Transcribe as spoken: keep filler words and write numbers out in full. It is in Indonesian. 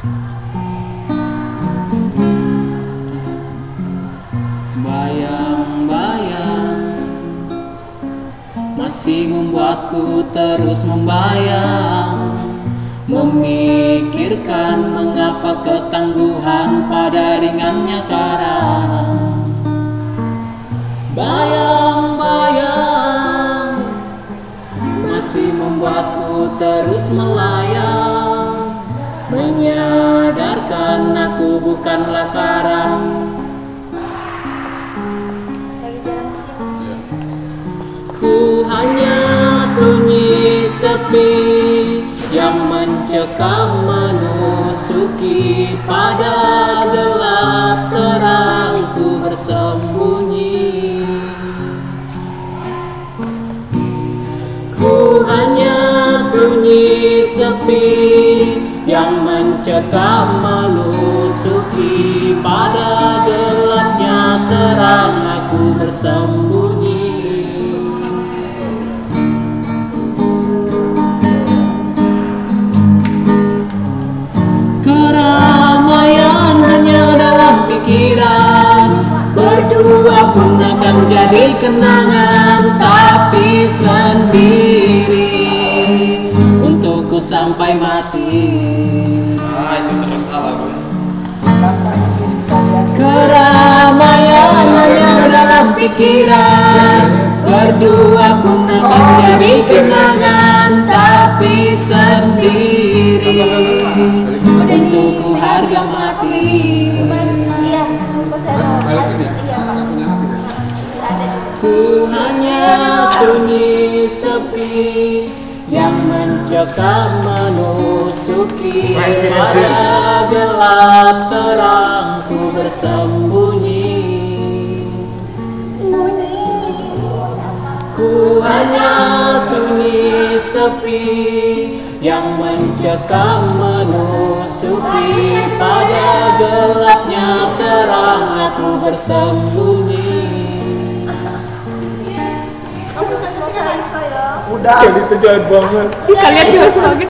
Bayang-bayang masih membuatku terus membayang, memikirkan mengapa ketangguhan pada ringannya karang. Bayang-bayang masih membuatku terus melayang, menyadarkan aku bukanlah karang. Ku hanya sunyi sepi yang mencekam menusuki, pada gelap terangku bersembunyi. Ku hanya sunyi sepi yang mencekam menusuki, pada gelapnya terang aku bersembunyi. Keramaian hanya dalam pikiran, berdua pun akan jadi kenangan, tapi sendiri untukku sampai mati. Ah, itu terus salah gue. Keramaian hanya dalam pikiran, berdua pun akan jadi kenangan, tapi sendiri untukku harga mati. Ku hanya sunyi sepi yang mencekam menusuki, pada gelap terangku bersembunyi. Ku hanya sunyi sepi yang mencekam menusuki, pada gelapnya terang aku bersembunyi. Udah. Jadi itu jahat banget. Kalian juga banget.